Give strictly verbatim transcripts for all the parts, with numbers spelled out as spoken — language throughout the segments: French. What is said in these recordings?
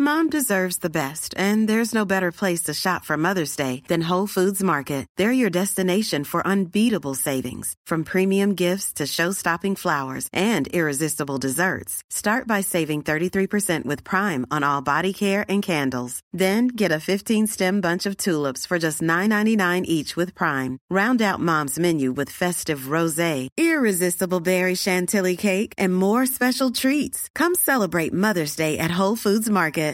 Mom deserves the best, and there's no better place to shop for Mother's Day than Whole Foods Market. They're your destination for unbeatable savings, from premium gifts to show-stopping flowers and irresistible desserts. Start by saving thirty-three percent with Prime on all body care and candles. Then get a fifteen-stem bunch of tulips for just nine ninety-nine each with Prime. Round out Mom's menu with festive rosé, irresistible berry chantilly cake, and more special treats. Come celebrate Mother's Day at Whole Foods Market.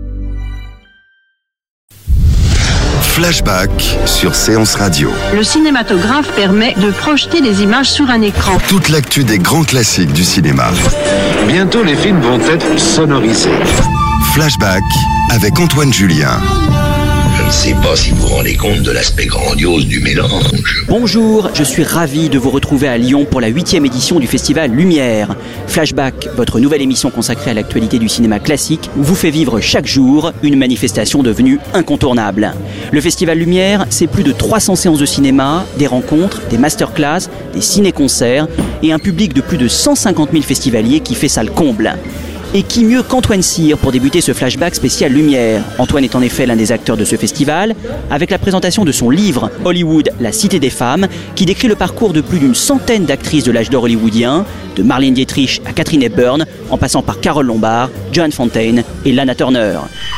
Flashback sur Séance Radio. Le cinématographe permet de projeter des images sur un écran. Toute l'actu des grands classiques du cinéma. Bientôt, les films vont être sonorisés. Flashback avec Antoine Julien. Je ne sais pas si vous vous rendez compte de l'aspect grandiose du mélange. Bonjour, je suis ravi de vous retrouver à Lyon pour la huitième édition du Festival Lumière. Flashback, votre nouvelle émission consacrée à l'actualité du cinéma classique, vous fait vivre chaque jour une manifestation devenue incontournable. Le Festival Lumière, c'est plus de trois cents séances de cinéma, des rencontres, des masterclass, des ciné-concerts et un public de plus de cent cinquante mille festivaliers qui fait salle comble. Et qui mieux qu'Antoine Cyr pour débuter ce flashback spécial Lumière. Antoine est en effet l'un des acteurs de ce festival, avec la présentation de son livre « Hollywood, la cité des femmes », qui décrit le parcours de plus d'une centaine d'actrices de l'âge d'or hollywoodien, de Marlène Dietrich à Katharine Hepburn, en passant par Carole Lombard, Joan Fontaine et Lana Turner.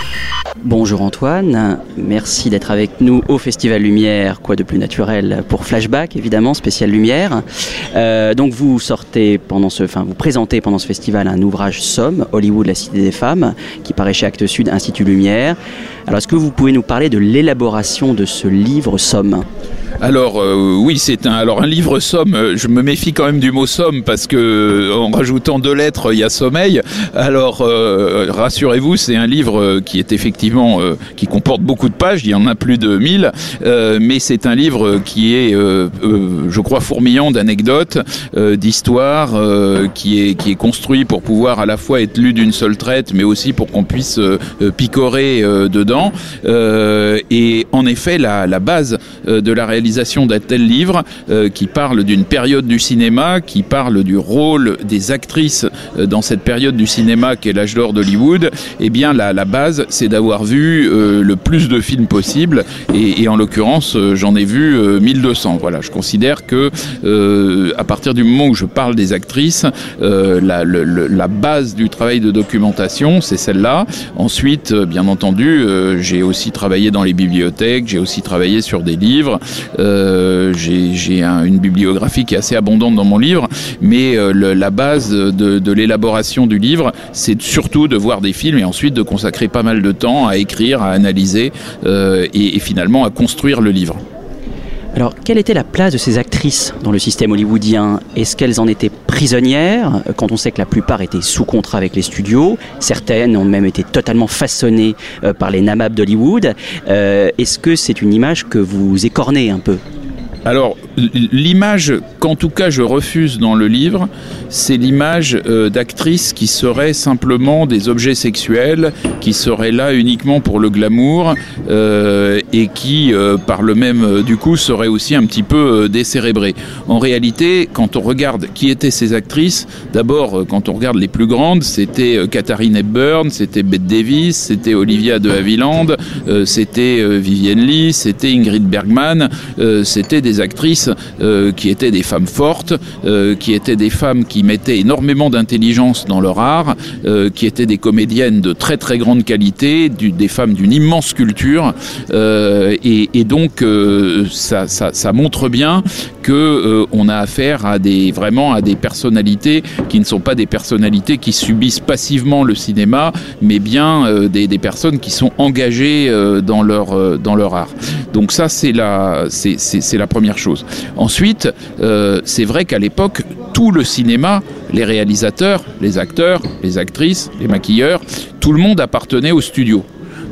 Bonjour Antoine, merci d'être avec nous au Festival Lumière, quoi de plus naturel pour Flashback évidemment, spécial Lumière. Euh, donc vous sortez pendant ce, enfin vous présentez pendant ce festival un ouvrage Somme, Hollywood, la cité des femmes, qui paraît chez Actes Sud, Institut Lumière. Alors est-ce que vous pouvez nous parler de l'élaboration de ce livre Somme ? Alors euh, oui, c'est un alors un livre somme. Je me méfie quand même du mot somme parce que en rajoutant deux lettres, il y a sommeil. Alors euh, rassurez-vous, c'est un livre qui est effectivement euh, qui comporte beaucoup de pages. Il y en a plus de mille, euh, mais c'est un livre qui est, euh, euh, je crois, fourmillant d'anecdotes, euh, d'histoires, euh, qui est qui est construit pour pouvoir à la fois être lu d'une seule traite, mais aussi pour qu'on puisse euh, picorer euh, dedans. Euh, et en effet, la la base euh, de la réalisation d'un tel livre euh, qui parle d'une période du cinéma, qui parle du rôle des actrices euh, dans cette période du cinéma qu'est l'âge d'or d'Hollywood, eh bien la, la base c'est d'avoir vu euh, le plus de films possible et, et en l'occurrence euh, j'en ai vu euh, mille deux cents. Voilà, je considère que euh, à partir du moment où je parle des actrices, euh, la, le, le, la base du travail de documentation c'est celle-là. Ensuite, euh, bien entendu, euh, j'ai aussi travaillé dans les bibliothèques, j'ai aussi travaillé sur des livres. Euh, j'ai, j'ai un, une bibliographie qui est assez abondante dans mon livre, mais euh, le, la base de, de l'élaboration du livre, c'est surtout de voir des films et ensuite de consacrer pas mal de temps à écrire, à analyser euh, et, et finalement à construire le livre. Alors, quelle était la place de ces actrices dans le système hollywoodien ? Est-ce qu'elles en étaient prisonnières, quand on sait que la plupart étaient sous contrat avec les studios ? Certaines ont même été totalement façonnées par les nababs d'Hollywood. Euh, est-ce que c'est une image que vous écornez un peu ? Alors, l'image qu'en tout cas je refuse dans le livre, c'est l'image euh, d'actrices qui seraient simplement des objets sexuels, qui seraient là uniquement pour le glamour euh, et qui, euh, par le même euh, du coup, seraient aussi un petit peu euh, décérébrées. En réalité, quand on regarde qui étaient ces actrices, d'abord, euh, quand on regarde les plus grandes, c'était euh, Katharine Hepburn, c'était Bette Davis, c'était Olivia de Havilland, euh, c'était euh, Vivien Leigh, c'était Ingrid Bergman, euh, c'était des actrices euh, qui étaient des femmes fortes, euh, qui étaient des femmes qui mettaient énormément d'intelligence dans leur art, euh, qui étaient des comédiennes de très très grande qualité, du, des femmes d'une immense culture, euh, et, et donc euh, ça, ça, ça montre bien que euh, on a affaire à des vraiment à des personnalités qui ne sont pas des personnalités qui subissent passivement le cinéma, mais bien euh, des, des personnes qui sont engagées euh, dans leur euh, dans leur art. Donc ça c'est la c'est c'est, c'est la première chose. Ensuite, euh, c'est vrai qu'à l'époque, tout le cinéma, les réalisateurs, les acteurs, les actrices, les maquilleurs, tout le monde appartenait au studio.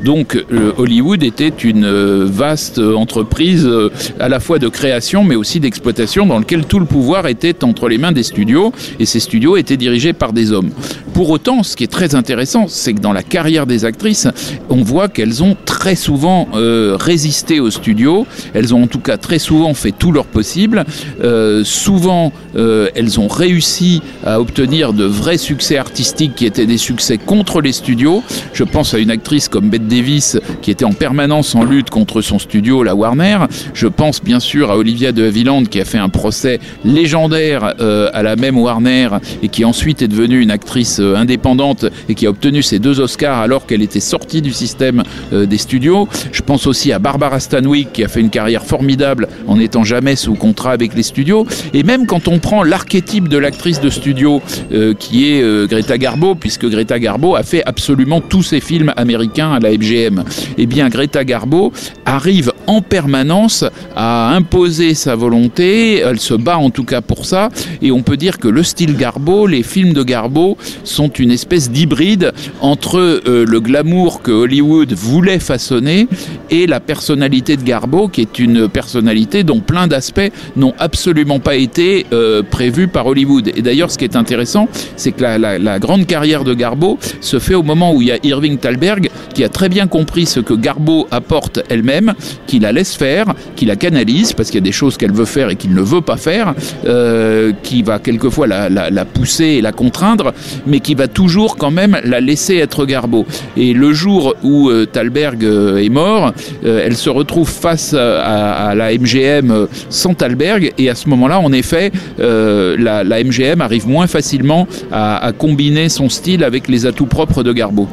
Donc euh, Hollywood était une euh, vaste entreprise euh, à la fois de création mais aussi d'exploitation dans laquelle tout le pouvoir était entre les mains des studios et ces studios étaient dirigés par des hommes. Pour autant, ce qui est très intéressant, c'est que dans la carrière des actrices, on voit qu'elles ont très souvent euh, résisté aux studios, elles ont en tout cas très souvent fait tout leur possible, euh, souvent euh, elles ont réussi à obtenir de vrais succès artistiques qui étaient des succès contre les studios. Je pense à une actrice comme Bette Davis qui était en permanence en lutte contre son studio, la Warner. Je pense bien sûr à Olivia de Havilland qui a fait un procès légendaire euh, à la même Warner et qui ensuite est devenue une actrice euh, indépendante et qui a obtenu ses deux Oscars alors qu'elle était sortie du système euh, des studios. Je pense aussi à Barbara Stanwyck qui a fait une carrière formidable en n'étant jamais sous contrat avec les studios. Et même quand on prend l'archétype de l'actrice de studio euh, qui est euh, Greta Garbo, puisque Greta Garbo a fait absolument tous ses films américains à la M G M, eh bien Greta Garbo arrive en permanence à imposer sa volonté, elle se bat en tout cas pour ça, et on peut dire que le style Garbo, les films de Garbo sont une espèce d'hybride entre euh, le glamour que Hollywood voulait façonner et la personnalité de Garbo, qui est une personnalité dont plein d'aspects n'ont absolument pas été euh, prévus par Hollywood. Et d'ailleurs, ce qui est intéressant, c'est que la, la, la grande carrière de Garbo se fait au moment où il y a Irving Thalberg qui a très bien compris ce que Garbo apporte elle-même, qui la laisse faire, qui la canalise, parce qu'il y a des choses qu'elle veut faire et qu'il ne veut pas faire, euh, qui va quelquefois la, la, la pousser et la contraindre, mais qui va toujours quand même la laisser être Garbo. Et le jour où euh, Thalberg euh, est mort, euh, elle se retrouve face à, à la M G M euh, sans Thalberg, et à ce moment-là, en effet, euh, la, la M G M arrive moins facilement à, à combiner son style avec les atouts propres de Garbo.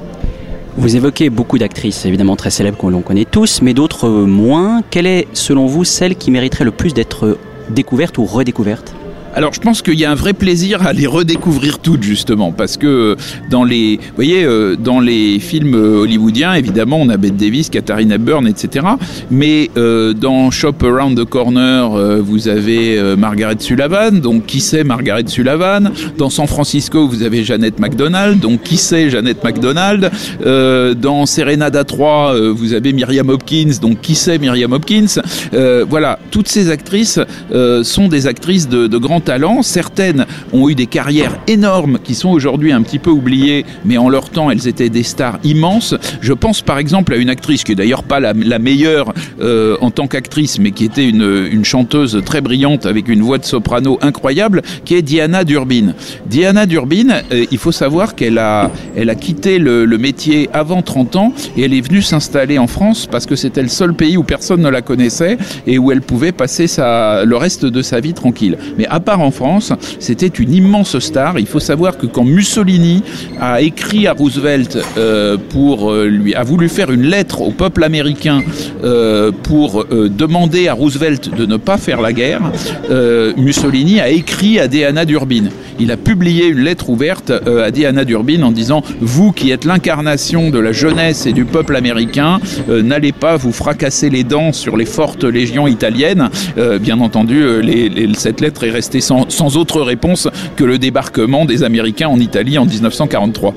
Vous évoquez beaucoup d'actrices, évidemment très célèbres qu'on l'on connaît tous, mais d'autres moins. Quelle est, selon vous, celle qui mériterait le plus d'être découverte ou redécouverte ? Alors je pense qu'il y a un vrai plaisir à les redécouvrir toutes justement parce que dans les, vous voyez, euh, dans les films hollywoodiens évidemment on a Bette Davis, Katharine Hepburn, et cetera. Mais euh, dans Shop Around the Corner euh, vous avez euh, Margaret Sullavan, donc qui c'est Margaret Sullavan. Dans San Francisco vous avez Jeannette MacDonald, donc qui c'est Jeannette MacDonald. Euh, dans Serenada trois euh, vous avez Miriam Hopkins, donc qui c'est Miriam Hopkins. Euh, voilà, toutes ces actrices euh, sont des actrices de, de grand talent. Certaines ont eu des carrières énormes qui sont aujourd'hui un petit peu oubliées, mais en leur temps, elles étaient des stars immenses. Je pense par exemple à une actrice qui est d'ailleurs pas la, la meilleure euh, en tant qu'actrice, mais qui était une, une chanteuse très brillante avec une voix de soprano incroyable, qui est Diana Durbin. Diana Durbin, euh, il faut savoir qu'elle a, elle a quitté le, le métier avant trente ans et elle est venue s'installer en France parce que c'était le seul pays où personne ne la connaissait et où elle pouvait passer sa, le reste de sa vie tranquille. Mais à part en France, c'était une immense star. Il faut savoir que quand Mussolini a écrit à Roosevelt euh, pour euh, lui a voulu faire une lettre au peuple américain euh, pour euh, demander à Roosevelt de ne pas faire la guerre, euh, Mussolini a écrit à Diana Durbin. Il a publié une lettre ouverte euh, à Diana Durbin en disant « Vous qui êtes l'incarnation de la jeunesse et du peuple américain, euh, n'allez pas vous fracasser les dents sur les fortes légions italiennes. Euh, » Bien entendu, euh, les, les, cette lettre est restée sans, sans autre réponse que le débarquement des Américains en Italie en dix-neuf cent quarante-trois.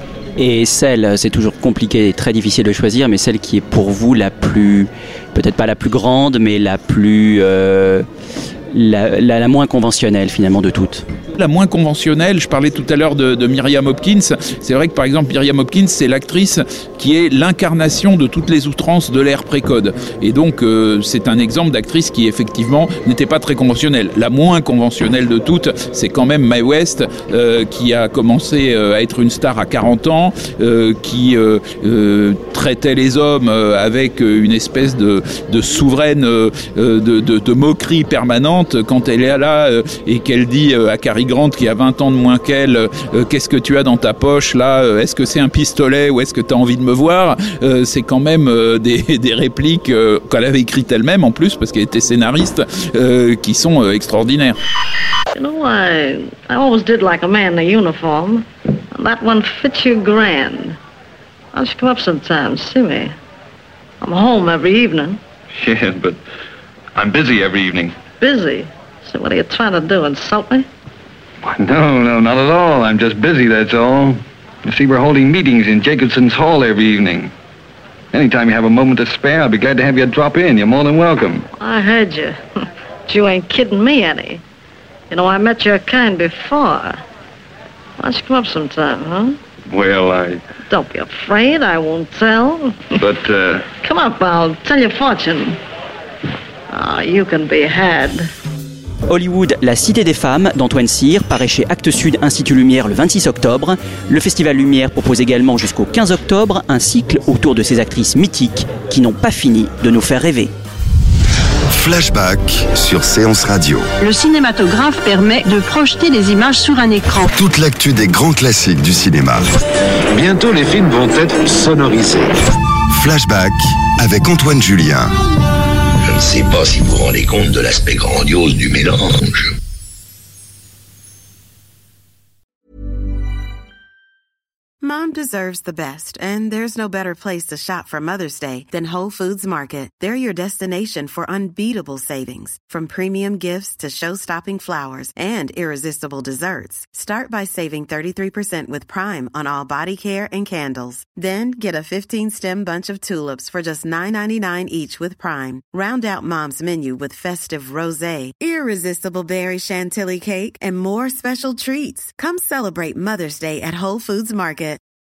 Et celle, c'est toujours compliqué et très difficile de choisir, mais celle qui est pour vous la plus, peut-être pas la plus grande, mais la plus... Euh, la, la, la moins conventionnelle finalement de toutes. La moins conventionnelle, je parlais tout à l'heure de, de Miriam Hopkins. C'est vrai que par exemple Miriam Hopkins, c'est l'actrice qui est l'incarnation de toutes les outrances de l'ère pré-code. Et donc euh, c'est un exemple d'actrice qui effectivement n'était pas très conventionnelle. La moins conventionnelle de toutes, c'est quand même Mae West, euh, qui a commencé euh, à être une star à quarante ans, euh, qui euh, euh, traitait les hommes euh, avec une espèce de, de souveraine euh, de, de, de moquerie permanente quand elle est là euh, et qu'elle dit euh, à Cary Grant qui a vingt ans de moins qu'elle, euh, qu'est-ce que tu as dans ta poche là, euh, est-ce que c'est un pistolet ou est-ce que tu as envie de me voir, euh, c'est quand même euh, des, des répliques euh, qu'elle avait écrites elle-même en plus parce qu'elle était scénariste euh, qui sont euh, extraordinaires. You know, I, I always did like a man in a uniform, and that one fits you grand. Why don't you come up sometime and see me? I'm home every evening. Yeah, but I'm busy every evening. Busy? So what are you trying to do, insult me? No, no, not at all. I'm just busy, that's all. You see, we're holding meetings in Jacobson's Hall every evening. Anytime you have a moment to spare, I'll be glad to have you drop in. You're more than welcome. I heard you. But you ain't kidding me any. You know, I met your kind before. Why don't you come up sometime, huh? Well, I... Don't be afraid, I won't tell. But, uh... Come up, I'll tell your fortune. Ah, oh, you can be had. Hollywood, la cité des femmes d'Antoine Cyr paraît chez Actes Sud Institut Lumière le vingt-six octobre. Le Festival Lumière propose également jusqu'au quinze octobre un cycle autour de ces actrices mythiques qui n'ont pas fini de nous faire rêver. Flashback sur Séance Radio. Le cinématographe permet de projeter des images sur un écran. Toute l'actu des grands classiques du cinéma. Bientôt, les films vont être sonorisés. Flashback avec Antoine Julien. Je ne sais pas si vous vous rendez compte de l'aspect grandiose du mélange. Mom deserves the best, and there's no better place to shop for Mother's Day than Whole Foods Market. They're your destination for unbeatable savings, from premium gifts to show-stopping flowers and irresistible desserts. Start by saving thirty-three percent with Prime on all body care and candles. Then get a fifteen-stem bunch of tulips for just nine ninety-nine each with Prime. Round out Mom's menu with festive rosé, irresistible berry chantilly cake, and more special treats. Come celebrate Mother's Day at Whole Foods Market.